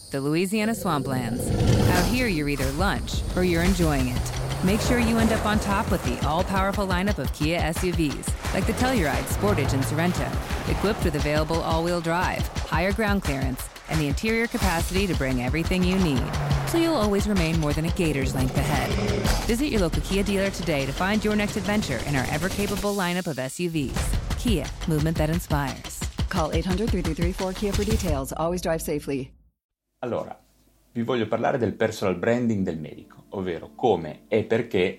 the Louisiana Swamplands. Out here, you're either lunch or you're enjoying it. Make sure you end up on top with the all-powerful lineup of Kia SUVs, like the Telluride, Sportage, and Sorento, equipped with available all-wheel drive, higher ground clearance, and the interior capacity to bring everything you need, so you'll always remain more than a gator's length ahead. Visit your local Kia dealer today to find your next adventure in our ever-capable lineup of SUVs. Kia, movement that inspires. Call 800-3334-KIA for details. Always drive safely. Allora, vi voglio parlare del personal branding del medico, ovvero come e perché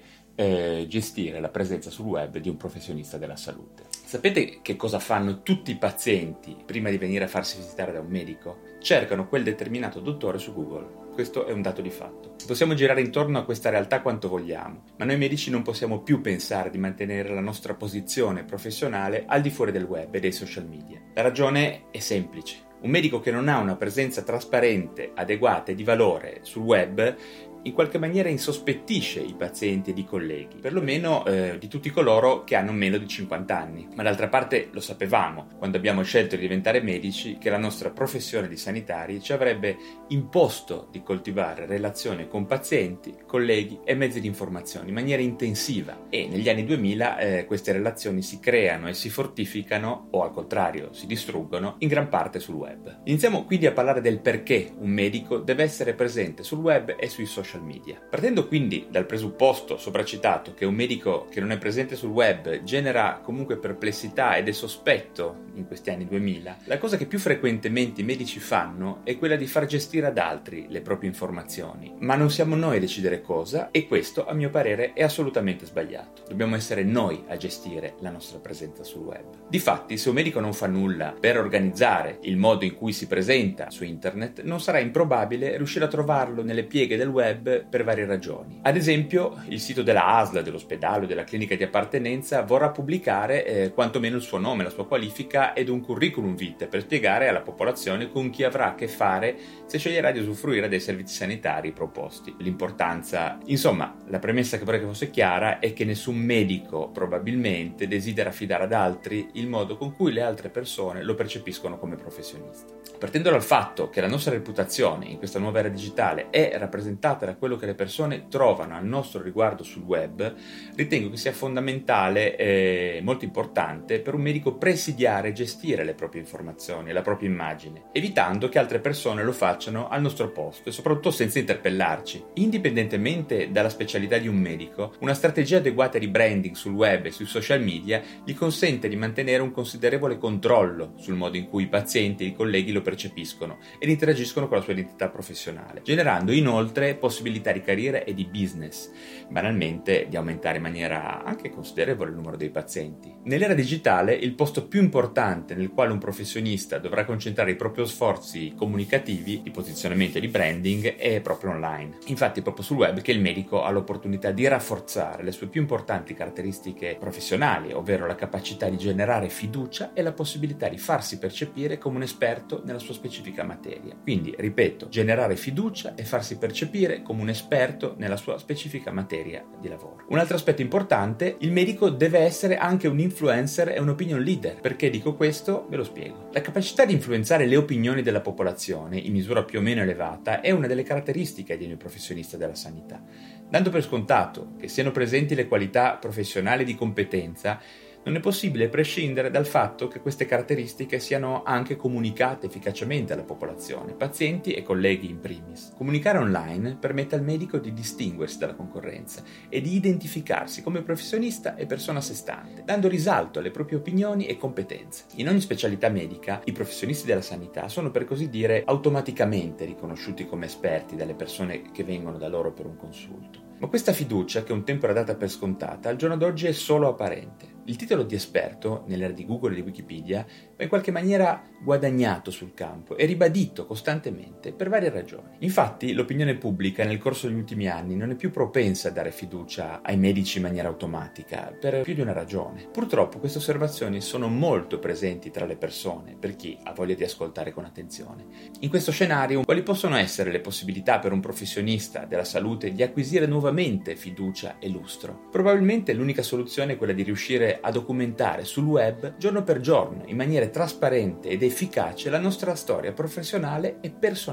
gestire la presenza sul web di un professionista della salute. Sapete che cosa fanno tutti i pazienti prima di venire a farsi visitare da un medico? Cercano quel determinato dottore su Google. Questo è un dato di fatto. Possiamo girare intorno a questa realtà quanto vogliamo, ma noi medici non possiamo più pensare di mantenere la nostra posizione professionale al di fuori del web e dei social media. La ragione è semplice. Un medico che non ha una presenza trasparente, adeguata e di valore sul web in qualche maniera insospettisce i pazienti ed i colleghi, perlomeno di tutti coloro che hanno meno di 50 anni. Ma d'altra parte lo sapevamo, quando abbiamo scelto di diventare medici, che la nostra professione di sanitari ci avrebbe imposto di coltivare relazioni con pazienti, colleghi e mezzi di informazione in maniera intensiva, e negli anni 2000 queste relazioni si creano e si fortificano, o al contrario si distruggono, in gran parte sul web. Iniziamo quindi a parlare del perché un medico deve essere presente sul web e sui social media. Partendo quindi dal presupposto sopracitato che un medico che non è presente sul web genera comunque perplessità ed è sospetto in questi anni 2000, la cosa che più frequentemente i medici fanno è quella di far gestire ad altri le proprie informazioni. Ma non siamo noi a decidere cosa, e questo a mio parere è assolutamente sbagliato. Dobbiamo essere noi a gestire la nostra presenza sul web. Difatti, se un medico non fa nulla per organizzare il modo in cui si presenta su internet, non sarà improbabile riuscire a trovarlo nelle pieghe del web per varie ragioni. Ad esempio, il sito della ASL, dell'ospedale o della clinica di appartenenza vorrà pubblicare quantomeno il suo nome, la sua qualifica ed un curriculum vitae per spiegare alla popolazione con chi avrà a che fare se sceglierà di usufruire dei servizi sanitari proposti. L'importanza, insomma, la premessa che vorrei che fosse chiara è che nessun medico probabilmente desidera affidare ad altri il modo con cui le altre persone lo percepiscono come professionista. Partendo dal fatto che la nostra reputazione in questa nuova era digitale è rappresentata da quello che le persone trovano al nostro riguardo sul web, ritengo che sia fondamentale e molto importante per un medico presidiare e gestire le proprie informazioni e la propria immagine, evitando che altre persone lo facciano al nostro posto e soprattutto senza interpellarci. Indipendentemente dalla specialità di un medico, una strategia adeguata di branding sul web e sui social media gli consente di mantenere un considerevole controllo sul modo in cui i pazienti e i colleghi lo percepiscono ed interagiscono con la sua identità professionale, generando inoltre possibilità di carriera e di business, banalmente di aumentare in maniera anche considerevole il numero dei pazienti. Nell'era digitale, il posto più importante nel quale un professionista dovrà concentrare i propri sforzi comunicativi, di posizionamento e di branding è proprio online. Infatti è proprio sul web che il medico ha l'opportunità di rafforzare le sue più importanti caratteristiche professionali, ovvero la capacità di generare fiducia e la possibilità di farsi percepire come un esperto nella sua specifica materia. Quindi, ripeto, generare fiducia e farsi percepire come un esperto nella sua specifica materia di lavoro. Un altro aspetto importante: il medico deve essere anche un influencer e un opinion leader. Perché dico questo? Ve lo spiego. La capacità di influenzare le opinioni della popolazione in misura più o meno elevata è una delle caratteristiche di ogni professionista della sanità. Dando per scontato che siano presenti le qualità professionali di competenza, non è possibile prescindere dal fatto che queste caratteristiche siano anche comunicate efficacemente alla popolazione, pazienti e colleghi in primis. Comunicare online permette al medico di distinguersi dalla concorrenza e di identificarsi come professionista e persona a sé stante, dando risalto alle proprie opinioni e competenze. In ogni specialità medica, i professionisti della sanità sono, per così dire, automaticamente riconosciuti come esperti dalle persone che vengono da loro per un consulto. Ma questa fiducia, che un tempo era data per scontata, al giorno d'oggi è solo apparente. Il titolo di esperto, nell'era di Google e di Wikipedia, va in qualche maniera guadagnato sul campo e ribadito costantemente per varie ragioni. Infatti, l'opinione pubblica nel corso degli ultimi anni non è più propensa a dare fiducia ai medici in maniera automatica, per più di una ragione. Purtroppo queste osservazioni sono molto presenti tra le persone, per chi ha voglia di ascoltare con attenzione. In questo scenario, quali possono essere le possibilità per un professionista della salute di acquisire nuovamente fiducia e lustro? Probabilmente l'unica soluzione è quella di riuscire a documentare sul web, giorno per giorno, in maniera trasparente ed efficace, la nostra storia professionale e personale.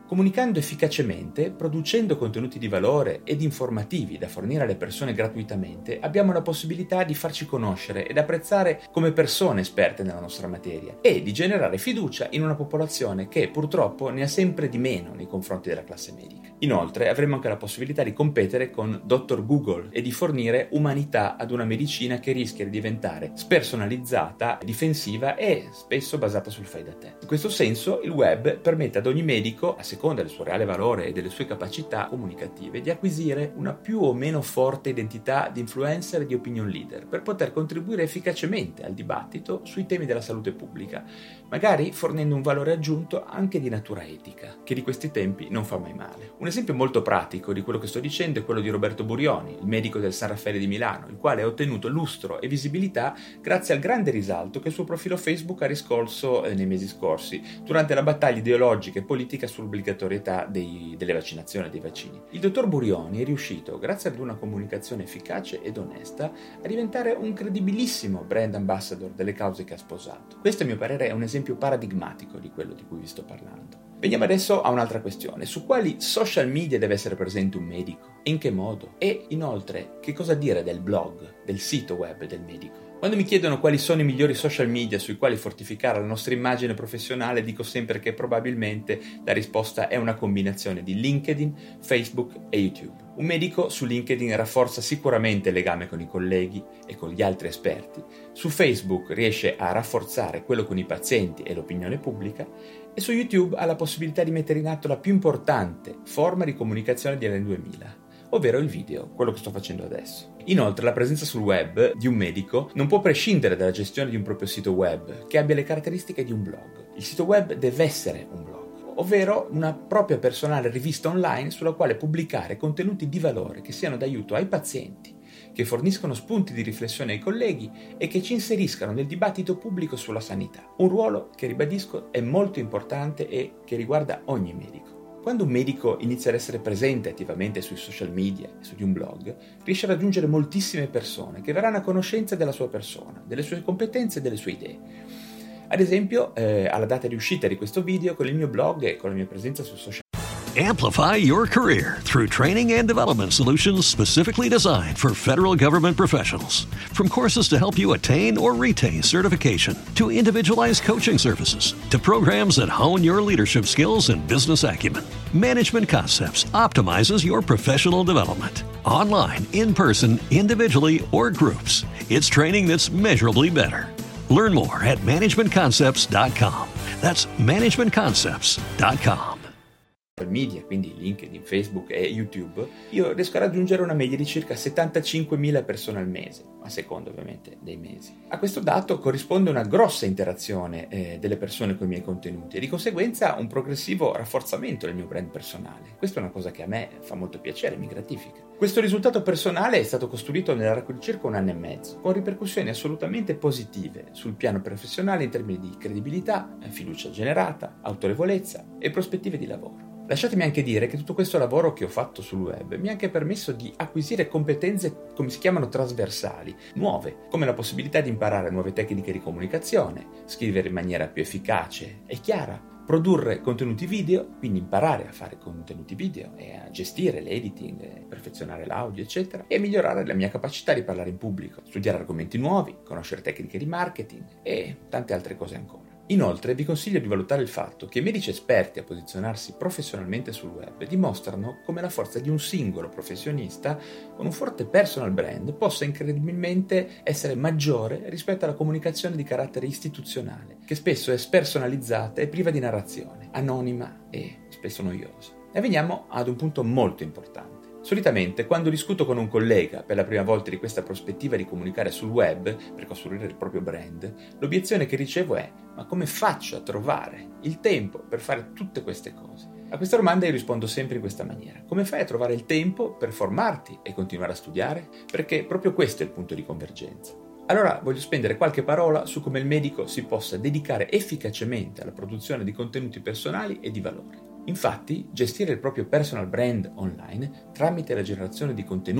Comunicando efficacemente, producendo contenuti di valore ed informativi da fornire alle persone gratuitamente, abbiamo la possibilità di farci conoscere ed apprezzare come persone esperte nella nostra materia e di generare fiducia in una popolazione che purtroppo ne ha sempre di meno nei confronti della classe medica. Inoltre avremo anche la possibilità di competere con Dr. Google e di fornire umanità ad una medicina che rischia di diventare spersonalizzata, difensiva e spesso basata sul fai da te. In questo senso il web permette ad ogni medico, a seconda del suo reale valore e delle sue capacità comunicative, di acquisire una più o meno forte identità di influencer e di opinion leader per poter contribuire efficacemente al dibattito sui temi della salute pubblica, magari fornendo un valore aggiunto anche di natura etica, che di questi tempi non fa mai male. Un esempio molto pratico di quello che sto dicendo è quello di Roberto Burioni, il medico del San Raffaele di Milano, il quale ha ottenuto lustro e visibilità grazie al grande risalto che il suo profilo Facebook ha riscosso nei mesi scorsi, durante la battaglia ideologica e politica sull'obbligatorietà delle vaccinazioni e dei vaccini. Il dottor Burioni è riuscito, grazie ad una comunicazione efficace ed onesta, a diventare un credibilissimo brand ambassador delle cause che ha sposato. Questo, a mio parere, è un esempio paradigmatico di quello di cui vi sto parlando. Veniamo adesso a un'altra questione: su quali social media deve essere presente un medico? E in che modo? E inoltre, che cosa dire del blog, del sito web del medico? Quando mi chiedono quali sono i migliori social media sui quali fortificare la nostra immagine professionale, dico sempre che probabilmente la risposta è una combinazione di LinkedIn, Facebook e YouTube. Un medico su LinkedIn rafforza sicuramente il legame con i colleghi e con gli altri esperti, su Facebook riesce a rafforzare quello con i pazienti e l'opinione pubblica, e su YouTube ha la possibilità di mettere in atto la più importante forma di comunicazione degli anni 2000. Ovvero il video, quello che sto facendo adesso. Inoltre, la presenza sul web di un medico non può prescindere dalla gestione di un proprio sito web che abbia le caratteristiche di un blog. Il sito web deve essere un blog, ovvero una propria personale rivista online sulla quale pubblicare contenuti di valore che siano d'aiuto ai pazienti, che forniscono spunti di riflessione ai colleghi e che ci inseriscano nel dibattito pubblico sulla sanità. Un ruolo che, ribadisco, è molto importante e che riguarda ogni medico. Quando un medico inizia ad essere presente attivamente sui social media e su di un blog, riesce a raggiungere moltissime persone che verranno a conoscenza della sua persona, delle sue competenze e delle sue idee. Ad esempio, alla data di uscita di questo video, con il mio blog e con la mia presenza sui social. Amplify your career through training and development solutions specifically designed for federal government professionals. From courses to help you attain or retain certification, to individualized coaching services, to programs that hone your leadership skills and business acumen, Management Concepts optimizes your professional development. Online, in person, individually, or groups, it's training that's measurably better. Learn more at managementconcepts.com. That's managementconcepts.com. Media, quindi LinkedIn, Facebook e YouTube, io riesco a raggiungere una media di circa 75.000 persone al mese, a seconda ovviamente dei mesi. A questo dato corrisponde una grossa interazione delle persone con i miei contenuti e di conseguenza un progressivo rafforzamento del mio brand personale. Questa è una cosa che a me fa molto piacere, mi gratifica. Questo risultato personale è stato costruito nell'arco di circa 1 anno e mezzo, con ripercussioni assolutamente positive sul piano professionale in termini di credibilità, fiducia generata, autorevolezza e prospettive di lavoro. Lasciatemi anche dire che tutto questo lavoro che ho fatto sul web mi ha anche permesso di acquisire competenze, come si chiamano, trasversali, nuove, come la possibilità di imparare nuove tecniche di comunicazione, scrivere in maniera più efficace e chiara, produrre contenuti video, quindi imparare a fare contenuti video e a gestire l'editing, perfezionare l'audio, eccetera, e migliorare la mia capacità di parlare in pubblico, studiare argomenti nuovi, conoscere tecniche di marketing e tante altre cose ancora. Inoltre vi consiglio di valutare il fatto che i medici esperti a posizionarsi professionalmente sul web dimostrano come la forza di un singolo professionista con un forte personal brand possa incredibilmente essere maggiore rispetto alla comunicazione di carattere istituzionale, che spesso è spersonalizzata e priva di narrazione, anonima e spesso noiosa. E veniamo ad un punto molto importante. Solitamente, quando discuto con un collega per la prima volta di questa prospettiva di comunicare sul web per costruire il proprio brand, l'obiezione che ricevo è: ma come faccio a trovare il tempo per fare tutte queste cose? A questa domanda io rispondo sempre in questa maniera: come fai a trovare il tempo per formarti e continuare a studiare? Perché proprio questo è il punto di convergenza. Allora voglio spendere qualche parola su come il medico si possa dedicare efficacemente alla produzione di contenuti personali e di valore. Infatti, gestire il proprio personal brand online tramite la generazione di contenuti e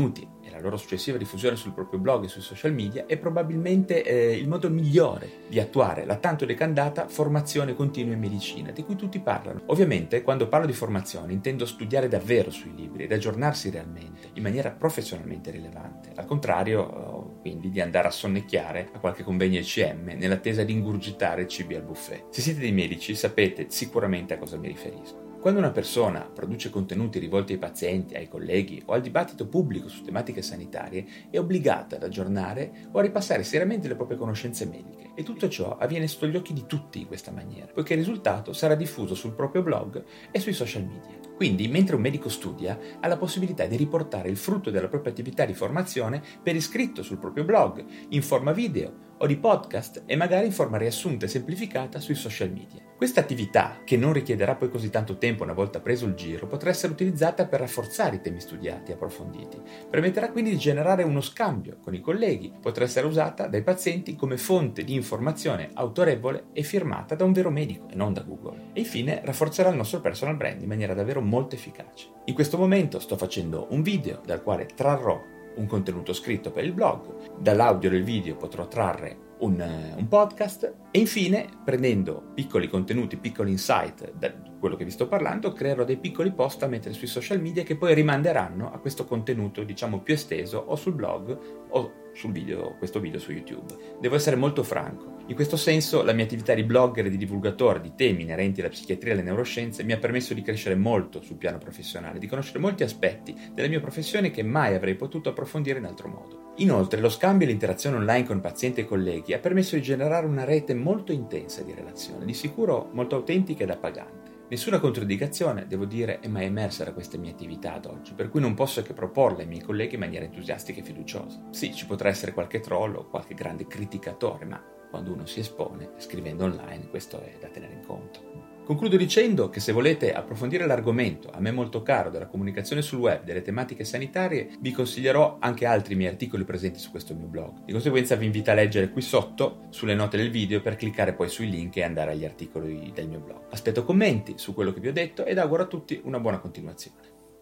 e la loro successiva diffusione sul proprio blog e sui social media è probabilmente il modo migliore di attuare la tanto decantata formazione continua in medicina, di cui tutti parlano. Ovviamente, quando parlo di formazione, intendo studiare davvero sui libri ed aggiornarsi realmente, in maniera professionalmente rilevante, al contrario, quindi, di andare a sonnecchiare a qualche convegno ICM nell'attesa di ingurgitare cibi al buffet. Se siete dei medici, sapete sicuramente a cosa mi riferisco. Quando una persona produce contenuti rivolti ai pazienti, ai colleghi o al dibattito pubblico su tematiche sanitarie, è obbligata ad aggiornare o a ripassare seriamente le proprie conoscenze mediche, e tutto ciò avviene sotto gli occhi di tutti in questa maniera, poiché il risultato sarà diffuso sul proprio blog e sui social media. Quindi, mentre un medico studia, ha la possibilità di riportare il frutto della propria attività di formazione per iscritto sul proprio blog, in forma video o di podcast e magari in forma riassunta e semplificata sui social media. Questa attività, che non richiederà poi così tanto tempo una volta preso il giro, potrà essere utilizzata per rafforzare i temi studiati e approfonditi. Permetterà quindi di generare uno scambio con i colleghi, potrà essere usata dai pazienti come fonte di informazione autorevole e firmata da un vero medico e non da Google. E infine rafforzerà il nostro personal brand in maniera davvero molto efficace. In questo momento sto facendo un video dal quale trarrò un contenuto scritto per il blog, dall'audio del video potrò trarre un podcast e infine, prendendo piccoli contenuti, piccoli insight da quello che vi sto parlando, creerò dei piccoli post da mettere sui social media che poi rimanderanno a questo contenuto, diciamo, più esteso o sul blog o sul video, questo video su YouTube. Devo essere molto franco. In questo senso, la mia attività di blogger e di divulgatore di temi inerenti alla psichiatria e alle neuroscienze mi ha permesso di crescere molto sul piano professionale, di conoscere molti aspetti della mia professione che mai avrei potuto approfondire in altro modo. Inoltre, lo scambio e l'interazione online con pazienti e colleghi ha permesso di generare una rete molto intensa di relazioni, di sicuro molto autentica ed appagante. Nessuna controindicazione, devo dire, è mai emersa da queste mie attività ad oggi, per cui non posso che proporle ai miei colleghi in maniera entusiastica e fiduciosa. Sì, ci potrà essere qualche troll o qualche grande criticatore, ma quando uno si espone, scrivendo online, questo è da tenere in conto. Concludo dicendo che se volete approfondire l'argomento, a me molto caro, della comunicazione sul web, delle tematiche sanitarie, vi consiglierò anche altri miei articoli presenti su questo mio blog. Di conseguenza vi invito a leggere qui sotto, sulle note del video, per cliccare poi sui link e andare agli articoli del mio blog. Aspetto commenti su quello che vi ho detto ed auguro a tutti una buona continuazione.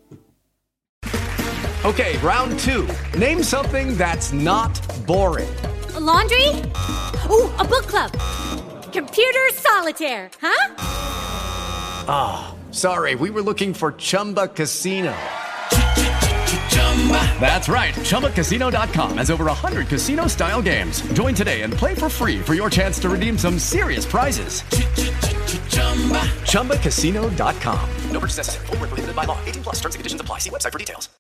Okay, round 2. Name something that's not boring. A laundry? Ooh, a book club. Computer solitaire, huh? Ah, sorry, we were looking for Chumba Casino. That's right, ChumbaCasino.com has over 100 casino-style games. Join today and play for free for your chance to redeem some serious prizes. ChumbaCasino.com. No purchase necessary. Void where prohibited by law. 18+ terms and conditions apply. See website for details.